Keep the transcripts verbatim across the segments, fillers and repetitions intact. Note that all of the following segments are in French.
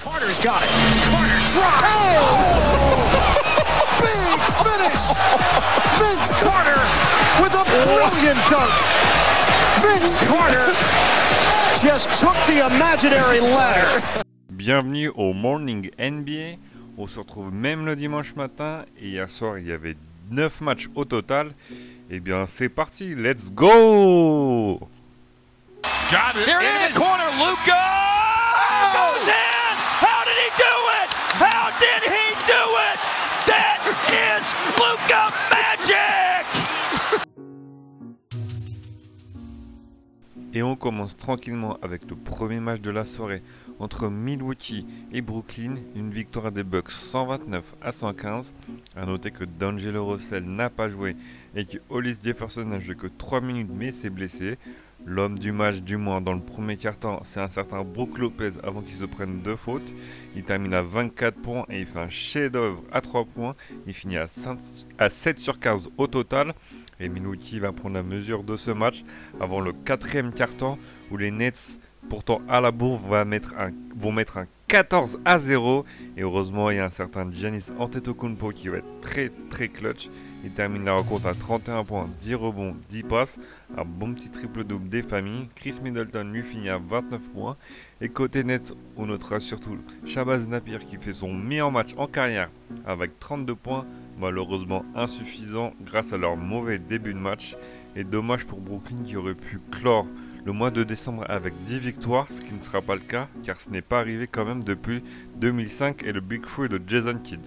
Carter's got it. Carter drives. Oh! Big finish. Vince Carter with a brilliant dunk. Vince Carter just took the imaginary ladder. Bienvenue au Morning N B A. On se retrouve même le dimanche matin et hier soir il y avait neuf matchs au total. Eh bien c'est parti, let's go! Got it. There it in is. the corner, Luka Oh! goes in. How did he do it? How did he do it? That is Luka Magic. Et on commence tranquillement avec le premier match de la soirée entre Milwaukee et Brooklyn, une victoire des Bucks cent vingt-neuf à cent quinze. A noter que D'Angelo Russell n'a pas joué et que Hollis Jefferson n'a joué que trois minutes mais s'est blessé. L'homme du match du moins dans le premier quart-temps, c'est un certain Brook Lopez avant qu'il se prenne deux fautes. Il termine à vingt-quatre points et il fait un chef-d'œuvre à trois points. Il finit à, cinq, à sept sur quinze au total. Et Milwaukee va prendre la mesure de ce match avant le quatrième quart-temps où les Nets, pourtant à la bourre, va mettre un, vont mettre un quatorze à zéro. Et heureusement, il y a un certain Giannis Antetokounmpo qui va être très très clutch. Il termine la rencontre à trente et un points, dix rebonds, dix passes. Un bon petit triple-double des familles. Chris Middleton lui finit à vingt-neuf points. Et côté Nets, on notera surtout Shabazz Napier qui fait son meilleur match en carrière avec trente-deux points. Malheureusement insuffisant grâce à leur mauvais début de match. Et dommage pour Brooklyn qui aurait pu clore le mois de décembre avec dix victoires, ce qui ne sera pas le cas car ce n'est pas arrivé quand même depuis deux mille cinq et le Big Three de Jason Kidd.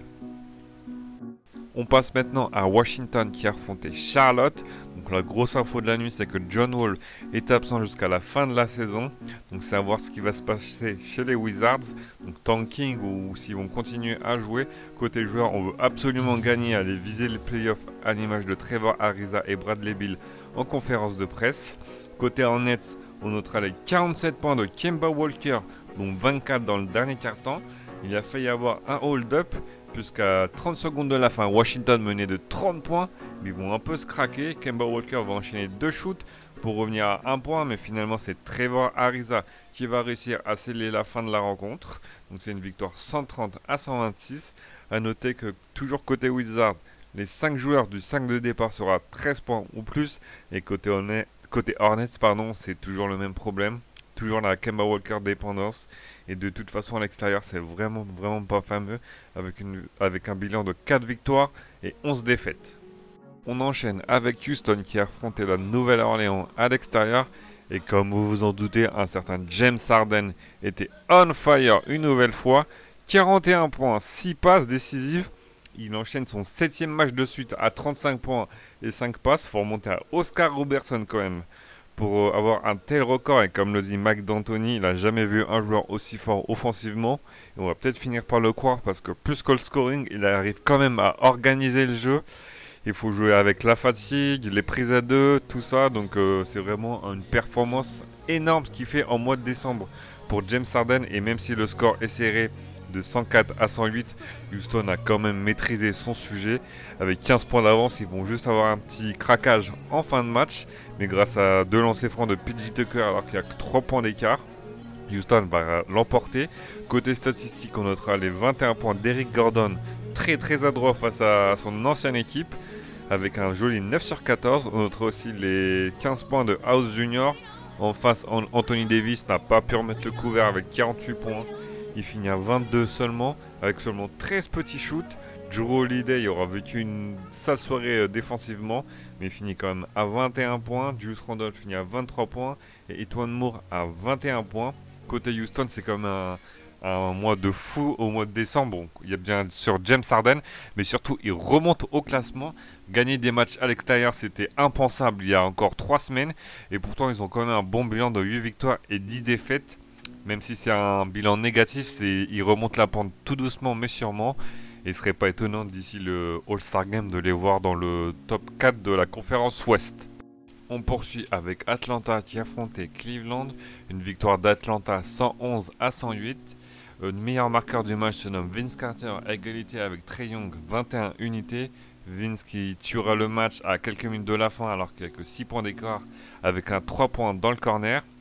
On passe maintenant à Washington qui a affronté Charlotte. Donc la grosse info de la nuit, c'est que John Wall est absent jusqu'à la fin de la saison. Donc c'est à voir ce qui va se passer chez les Wizards. Donc tanking ou s'ils vont continuer à jouer. Côté joueur, on veut absolument gagner, aller viser les playoffs à l'image de Trevor Ariza et Bradley Beal en conférence de presse. Côté Hornets, on notera les quarante-sept points de Kemba Walker, dont vingt-quatre dans le dernier quart-temps. Il a failli avoir un hold-up. Jusqu'à trente secondes de la fin, Washington menait de trente points, mais ils vont un peu se craquer. Kemba Walker va enchaîner deux shoots pour revenir à un point, mais finalement c'est Trevor Ariza qui va réussir à sceller la fin de la rencontre. Donc c'est une victoire cent trente à cent vingt-six. A noter que toujours côté Wizards, les cinq joueurs du cinq de départ sera treize points ou plus, et côté, Hornet, côté Hornets, pardon, c'est toujours le même problème. Toujours la Kemba Walker dépendance. Et de toute façon, à l'extérieur, c'est vraiment, vraiment pas fameux. Avec, une, avec un bilan de quatre victoires et onze défaites. On enchaîne avec Houston qui a affronté la Nouvelle-Orléans à l'extérieur. Et comme vous vous en doutez, un certain James Harden était on fire une nouvelle fois. quarante et un points, six passes décisives. Il enchaîne son septième match de suite à trente-cinq points et cinq passes. Il faut remonter à Oscar Robertson quand même pour avoir un tel record. Et comme le dit Mike D'Antoni, il n'a jamais vu un joueur aussi fort offensivement. Et on va peut-être finir par le croire parce que plus que le scoring, il arrive quand même à organiser le jeu. Il faut jouer avec la fatigue, les prises à deux, tout ça. Donc euh, c'est vraiment une performance énorme ce qu'il fait en mois de décembre pour James Harden. Et même si le score est serré de cent quatre à cent huit, Houston a quand même maîtrisé son sujet. Avec quinze points d'avance, ils vont juste avoir un petit craquage en fin de match. Mais grâce à deux lancers francs de P J Tucker alors qu'il n'y a que trois points d'écart, Houston va l'emporter. Côté statistique, on notera les vingt et un points d'Eric Gordon, très très adroit face à son ancienne équipe, avec un joli neuf sur quatorze. On notera aussi les quinze points de House Junior. En face, Anthony Davis n'a pas pu remettre le couvert avec quarante-huit points. Il finit à vingt-deux seulement, avec seulement treize petits shoots. Jrue Holiday aura vécu une sale soirée euh, défensivement, mais il finit quand même à vingt et un points. Julius Randle finit à vingt-trois points et Etuan Moore à vingt et un points. Côté Houston, c'est comme un, un mois de fou au mois de décembre. Bon, il y a bien sur James Harden, mais surtout il remonte au classement. Gagner des matchs à l'extérieur, c'était impensable il y a encore trois semaines. Et pourtant, ils ont quand même un bon bilan de huit victoires et dix défaites. Même si c'est un bilan négatif, c'est, ils remontent la pente tout doucement mais sûrement. Et il ne serait pas étonnant d'ici le All-Star Game de les voir dans le top quatre de la conférence Ouest. On poursuit avec Atlanta qui affrontait Cleveland. Une victoire d'Atlanta cent onze à cent huit. Le meilleur marqueur du match se nomme Vince Carter à égalité avec Trae Young, vingt et un unités. Vince qui tuera le match à quelques minutes de la fin alors qu'il n'y a que six points d'écart avec un trois points dans le corner.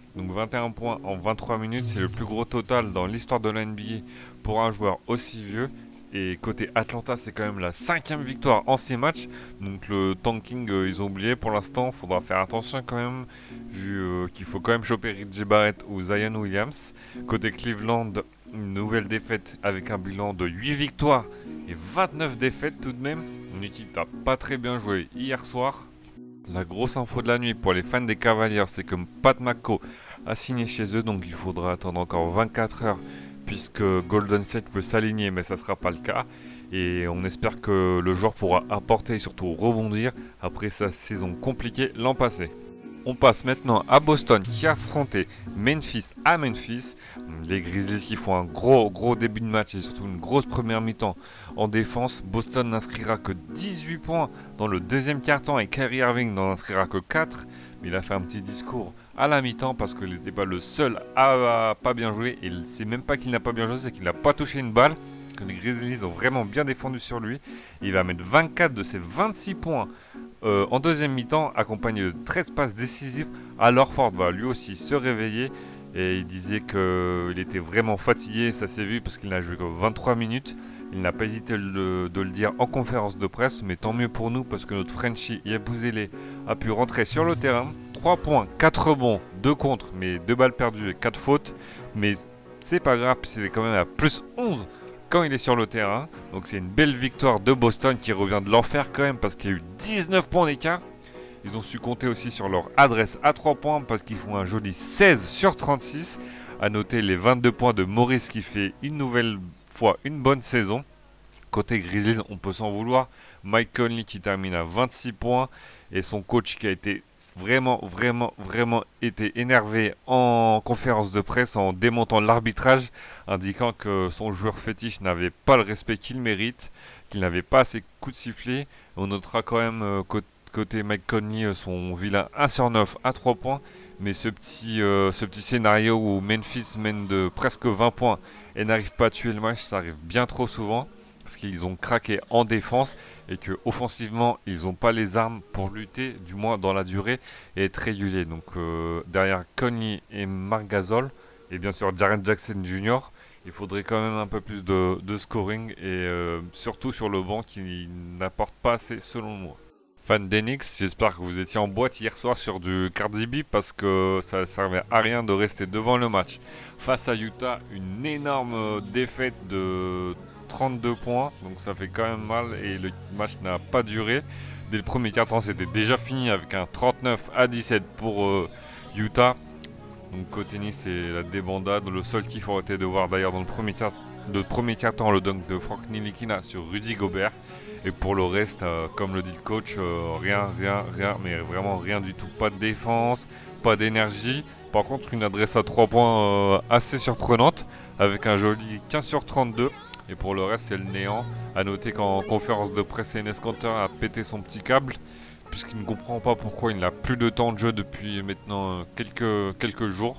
Donc vingt et un points en vingt-trois minutes, c'est le plus gros total dans l'histoire de la N B A pour un joueur aussi vieux. Et côté Atlanta, c'est quand même la cinquième victoire en six matchs. Donc le tanking, euh, ils ont oublié pour l'instant. Faudra faire attention quand même, vu euh, qu'il faut quand même choper Reggie Barrett ou Zion Williams. Côté Cleveland, une nouvelle défaite avec un bilan de huit victoires et vingt-neuf défaites tout de même. Une équipe qui n'a pas très bien joué hier soir. La grosse info de la nuit pour les fans des Cavaliers, c'est que Pat McCaw a signé chez eux, donc il faudra attendre encore vingt-quatre heures puisque Golden State peut s'aligner, mais ça ne sera pas le cas. Et on espère que le joueur pourra apporter et surtout rebondir après sa saison compliquée l'an passé. On passe maintenant à Boston qui a affronté Memphis à Memphis. Les Grizzlies qui font un gros gros début de match et surtout une grosse première mi-temps en défense. Boston n'inscrira que dix-huit points dans le deuxième quart-temps et Kyrie Irving n'en inscrira que quatre. Mais il a fait un petit discours à la mi-temps parce qu'il n'était pas le seul à, à pas bien jouer. Et c'est même pas qu'il n'a pas bien joué, c'est qu'il n'a pas touché une balle. Que les Grizzlies ont vraiment bien défendu sur lui. Il va mettre vingt-quatre de ses vingt-six points euh, en deuxième mi-temps, accompagné de treize passes décisives. Alors Ford va lui aussi se réveiller et il disait qu'il était vraiment fatigué, ça s'est vu parce qu'il n'a joué que vingt-trois minutes. Il n'a pas hésité de, de le dire en conférence de presse, mais tant mieux pour nous parce que notre Frenchie Yabusele a pu rentrer sur le terrain. trois points, quatre rebonds, deux contre, mais deux balles perdues et quatre fautes. Mais c'est pas grave, c'est quand même à plus onze quand il est sur le terrain. Donc c'est une belle victoire de Boston qui revient de l'enfer quand même parce qu'il y a eu dix-neuf points d'écart. Ils ont su compter aussi sur leur adresse à trois points parce qu'ils font un joli seize sur trente-six. À noter les vingt-deux points de Maurice qui fait une nouvelle fois une bonne saison. Côté Grizzlies, on peut s'en vouloir. Mike Conley qui termine à vingt-six points et son coach qui a été vraiment, vraiment, vraiment été énervé en conférence de presse en démontant l'arbitrage, indiquant que son joueur fétiche n'avait pas le respect qu'il mérite, qu'il n'avait pas assez de coups de sifflet. On notera quand même euh, côté Mike Conley son vilain un sur neuf à trois points, mais ce petit, euh, ce petit scénario où Memphis mène de presque vingt points et n'arrive pas à tuer le match, ça arrive bien trop souvent. Parce qu'ils ont craqué en défense et que offensivement ils n'ont pas les armes pour lutter, du moins dans la durée, et être réguliers. Donc euh, derrière Conley et Marc Gasol et bien sûr Jaren Jackson Junior, il faudrait quand même un peu plus de, de scoring et euh, surtout sur le banc qui n'apporte pas assez selon moi. Fan d'Enix, j'espère que vous étiez en boîte hier soir sur du Cardi B parce que ça ne servait à rien de rester devant le match. Face à Utah, une énorme défaite de trente-deux points, donc ça fait quand même mal et le match n'a pas duré. Dès le premier quart-temps, c'était déjà fini avec un trente-neuf à dix-sept pour euh, Utah. Donc côté Nice, c'est la débandade. Le seul kiff aurait été de voir d'ailleurs dans le premier, quart- le premier quart-temps le dunk de Frank Ntilikina sur Rudy Gobert. Et pour le reste, euh, comme le dit le coach, euh, rien, rien, rien, mais vraiment rien du tout. Pas de défense, pas d'énergie. Par contre, une adresse à trois points euh, assez surprenante avec un joli quinze sur trente-deux. Et pour le reste, c'est le néant. A noter qu'en conférence de presse, Enes Kanter a pété son petit câble, puisqu'il ne comprend pas pourquoi il n'a plus de temps de jeu depuis maintenant quelques, quelques jours.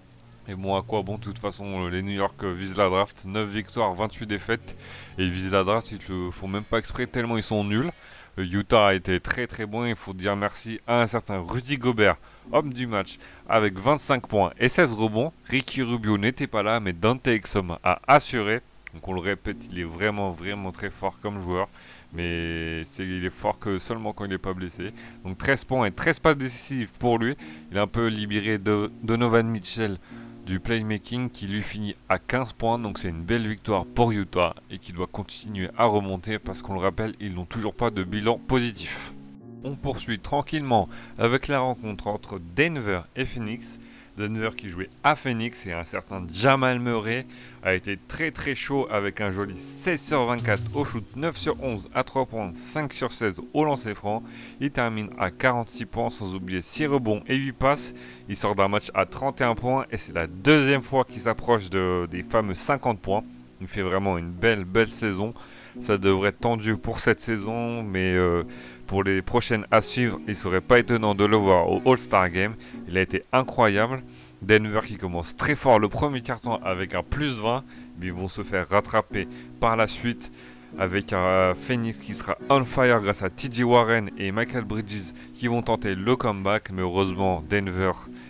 Et bon, à quoi bon, de toute façon, les New York visent la draft. neuf victoires, vingt-huit défaites. Et ils visent la draft, ils ne le font même pas exprès tellement ils sont nuls. Utah a été très très bon. Il faut dire merci à un certain Rudy Gobert, homme du match, avec vingt-cinq points et seize rebonds. Ricky Rubio n'était pas là, mais Dante Exum a assuré. Donc on le répète, il est vraiment vraiment très fort comme joueur, mais c'est, il est fort que seulement quand il n'est pas blessé. Donc treize points et treize passes décisives pour lui. Il a un peu libéré de Donovan Mitchell du playmaking qui lui finit à quinze points. Donc c'est une belle victoire pour Utah et qui doit continuer à remonter parce qu'on le rappelle, ils n'ont toujours pas de bilan positif. On poursuit tranquillement avec la rencontre entre Denver et Phoenix. Denver qui jouait à Phoenix et un certain Jamal Murray a été très très chaud avec un joli seize sur vingt-quatre au shoot, neuf sur onze à trois points, cinq sur seize au lancer franc. Il termine à quarante-six points sans oublier six rebonds et huit passes. Il sort d'un match à trente et un points et c'est la deuxième fois qu'il s'approche de, des fameux cinquante points. Il fait vraiment une belle belle saison. Ça devrait être tendu pour cette saison, mais euh, pour les prochaines à suivre, il ne serait pas étonnant de le voir au All-Star Game. Il a été incroyable. Denver qui commence très fort le premier quart-temps avec un plus vingt, mais ils vont se faire rattraper par la suite avec un Phoenix qui sera on fire grâce à T J Warren et Michael Bridges qui vont tenter le comeback, mais heureusement Denver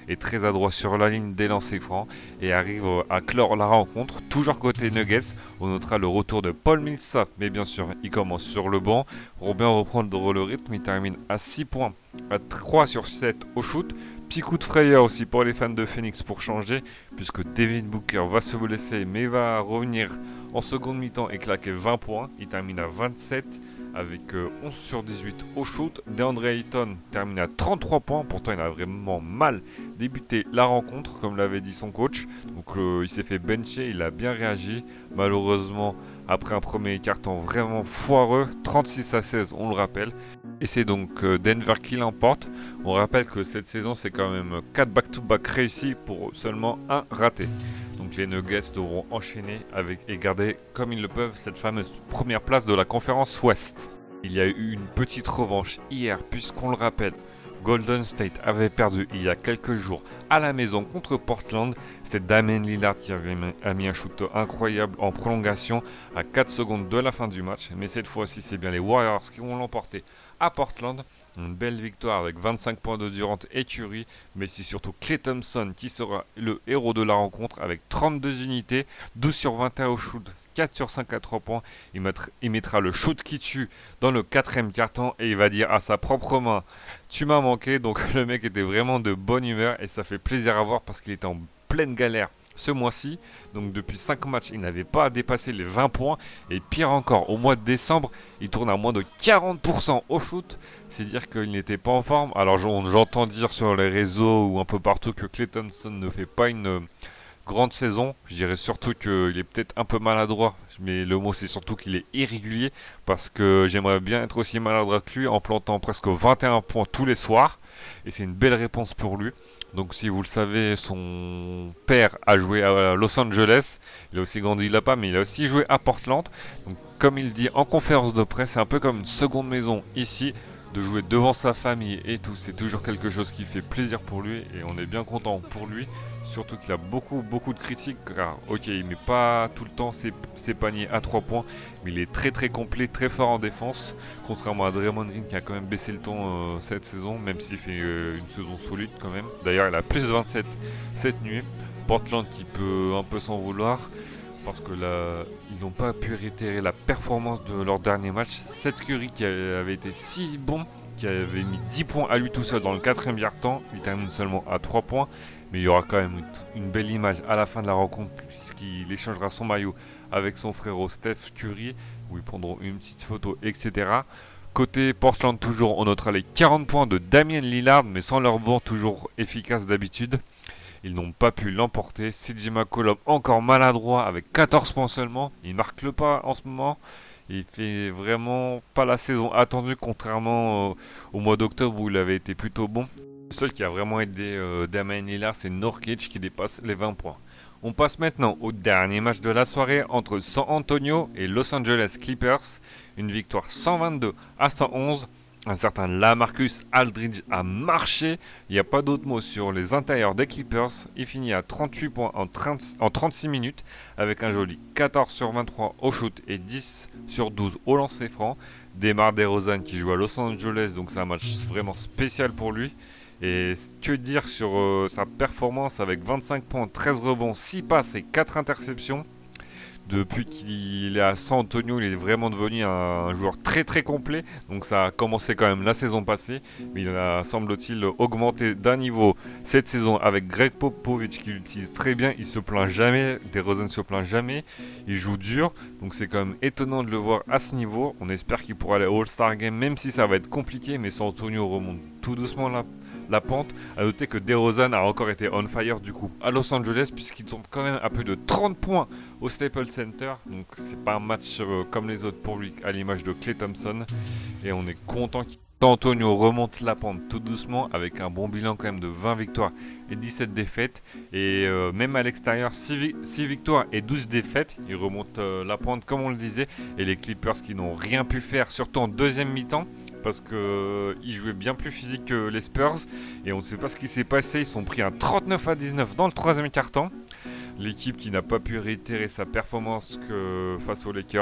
est très adroit sur la ligne des lancers francs et arrive à clore la rencontre. Toujours côté Nuggets, on notera le retour de Paul Millsap, mais bien sûr, il commence sur le banc. Pour bien reprendre le rythme, il termine à six points, à trois sur sept au shoot. Petit coup de frayeur aussi pour les fans de Phoenix pour changer, puisque Devin Booker va se blesser, mais va revenir en seconde mi-temps et claquer vingt points. Il termine à vingt-sept avec onze sur dix-huit au shoot. DeAndre Ayton termine à trente-trois points, pourtant il a vraiment mal débuté la rencontre, comme l'avait dit son coach. Donc euh, il s'est fait bencher, il a bien réagi. Malheureusement, après un premier carton vraiment foireux, trente-six à seize, on le rappelle. Et c'est donc euh, Denver qui l'emporte. On rappelle que cette saison, c'est quand même quatre back-to-back réussis pour seulement un raté. Donc les Nuggets devront enchaîner avec et garder comme ils le peuvent cette fameuse première place de la conférence Ouest. Il y a eu une petite revanche hier, puisqu'on le rappelle, Golden State avait perdu il y a quelques jours à la maison contre Portland. C'était Damian Lillard qui avait mis un shoot incroyable en prolongation à quatre secondes de la fin du match. Mais cette fois-ci, c'est bien les Warriors qui vont l'emporter à Portland. Une belle victoire avec vingt-cinq points de Durant et Curry, mais c'est surtout Klay Thompson qui sera le héros de la rencontre avec trente-deux unités, douze sur vingt et un au shoot, quatre sur cinq à trois points. Il, mettra, il mettra le shoot qui tue dans le quatrième quart-temps et il va dire à sa propre main « Tu m'as manqué ». Donc le mec était vraiment de bonne humeur et ça fait plaisir à voir parce qu'il était en pleine galère ce mois-ci. Donc depuis cinq matchs, il n'avait pas dépassé les vingt points. Et pire encore, au mois de décembre, il tourne à moins de quarante pour cent au shoot. C'est dire qu'il n'était pas en forme. Alors j'entends dire sur les réseaux ou un peu partout que Klay Thompson ne fait pas une euh, grande saison. Je dirais surtout qu'il est peut-être un peu maladroit. Mais le mot c'est surtout qu'il est irrégulier. Parce que j'aimerais bien être aussi maladroit que lui en plantant presque vingt et un points tous les soirs. Et c'est une belle réponse pour lui. Donc si vous le savez, son père a joué à Los Angeles. Il a aussi grandi là-bas, mais il a aussi joué à Portland. Donc comme il dit en conférence de presse, c'est un peu comme une seconde maison ici. De jouer devant sa famille et tout, c'est toujours quelque chose qui fait plaisir pour lui. Et on est bien content pour lui. Surtout qu'il a beaucoup, beaucoup de critiques. Car ok, il met pas tout le temps ses, ses paniers à trois points. Mais il est très très complet, très fort en défense. Contrairement à Draymond Green qui a quand même baissé le ton euh, cette saison. Même s'il fait euh, une saison solide quand même. D'ailleurs, il a plus vingt-sept cette nuit. Portland qui peut un peu s'en vouloir. Parce que là, ils n'ont pas pu réitérer la performance de leur dernier match. Seth Curry qui avait été si bon, qui avait mis dix points à lui tout seul dans le quatrième quart-temps. Il termine seulement à trois points. Mais il y aura quand même une belle image à la fin de la rencontre puisqu'il échangera son maillot avec son frérot Steph Curry où ils prendront une petite photo, et cetera. Côté Portland toujours, on notera les quarante points de Damian Lillard mais sans leur banc toujours efficace d'habitude. Ils n'ont pas pu l'emporter. C J McCollum encore maladroit avec quatorze points seulement. Il ne marque le pas en ce moment. Il fait vraiment pas la saison attendue contrairement au, au mois d'octobre où il avait été plutôt bon. Le seul qui a vraiment aidé euh, Damian Lillard, c'est Nurkic qui dépasse les vingt points. On passe maintenant au dernier match de la soirée entre San Antonio et Los Angeles Clippers. Une victoire cent vingt-deux à cent onze. Un certain LaMarcus Aldridge a marché. Il n'y a pas d'autre mot sur les intérieurs des Clippers. Il finit à trente-huit points en, trente, en trente-six minutes avec un joli quatorze sur vingt-trois au shoot et dix sur douze au lancer franc. DeMar DeRozan qui joue à Los Angeles, donc c'est un match vraiment spécial pour lui. Et que dire sur euh, sa performance avec vingt-cinq points, treize rebonds, six passes et quatre interceptions. Depuis qu'il est à San Antonio, il est vraiment devenu un, un joueur très très complet. Donc ça a commencé quand même la saison passée. Mais il a, semble-t-il, augmenté d'un niveau cette saison avec Greg Popovich qui l'utilise très bien. Il se plaint jamais, DeRozan ne se plaint jamais. Il joue dur. Donc c'est quand même étonnant de le voir à ce niveau. On espère qu'il pourra aller au All-Star Game, même si ça va être compliqué. Mais San Antonio remonte tout doucement là. La pente. À noter que DeRozan a encore été on fire du coup à Los Angeles puisqu'il tombe quand même à plus de trente points au Staples Center. Donc c'est pas un match euh, comme les autres pour lui à l'image de Klay Thompson. Et on est content qu'il Antonio remonte la pente tout doucement avec un bon bilan quand même de vingt victoires et dix-sept défaites. Et euh, même à l'extérieur, six, vi- six victoires et douze défaites. Il remonte euh, la pente comme on le disait. Et les Clippers qui n'ont rien pu faire, surtout en deuxième mi-temps. Parce qu'ils euh, jouaient bien plus physique que les Spurs. Et on ne sait pas ce qui s'est passé. Ils sont pris un trente-neuf à dix-neuf dans le troisième quart-temps. L'équipe qui n'a pas pu réitérer sa performance que face aux Lakers.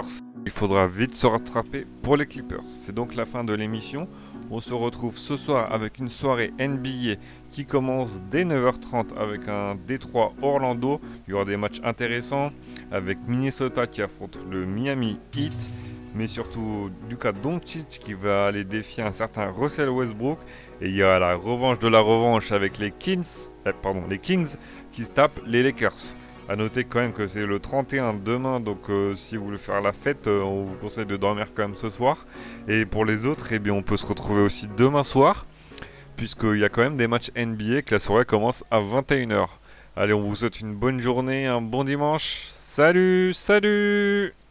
Il faudra vite se rattraper pour les Clippers. C'est donc la fin de l'émission. On se retrouve ce soir avec une soirée N B A qui commence dès neuf heures trente avec un Détroit Orlando. Il y aura des matchs intéressants avec Minnesota qui affronte le Miami Heat, mais surtout Luka Doncic qui va aller défier un certain Russell Westbrook. Et il y a la revanche de la revanche avec les Kings, eh, pardon, les Kings qui tapent les Lakers. A noter quand même que c'est le trente et un demain, donc euh, si vous voulez faire la fête, euh, on vous conseille de dormir quand même ce soir. Et pour les autres, eh bien, on peut se retrouver aussi demain soir, puisqu'il y a quand même des matchs N B A, que la soirée commence à vingt et une heures. Allez, on vous souhaite une bonne journée, un bon dimanche. Salut, salut!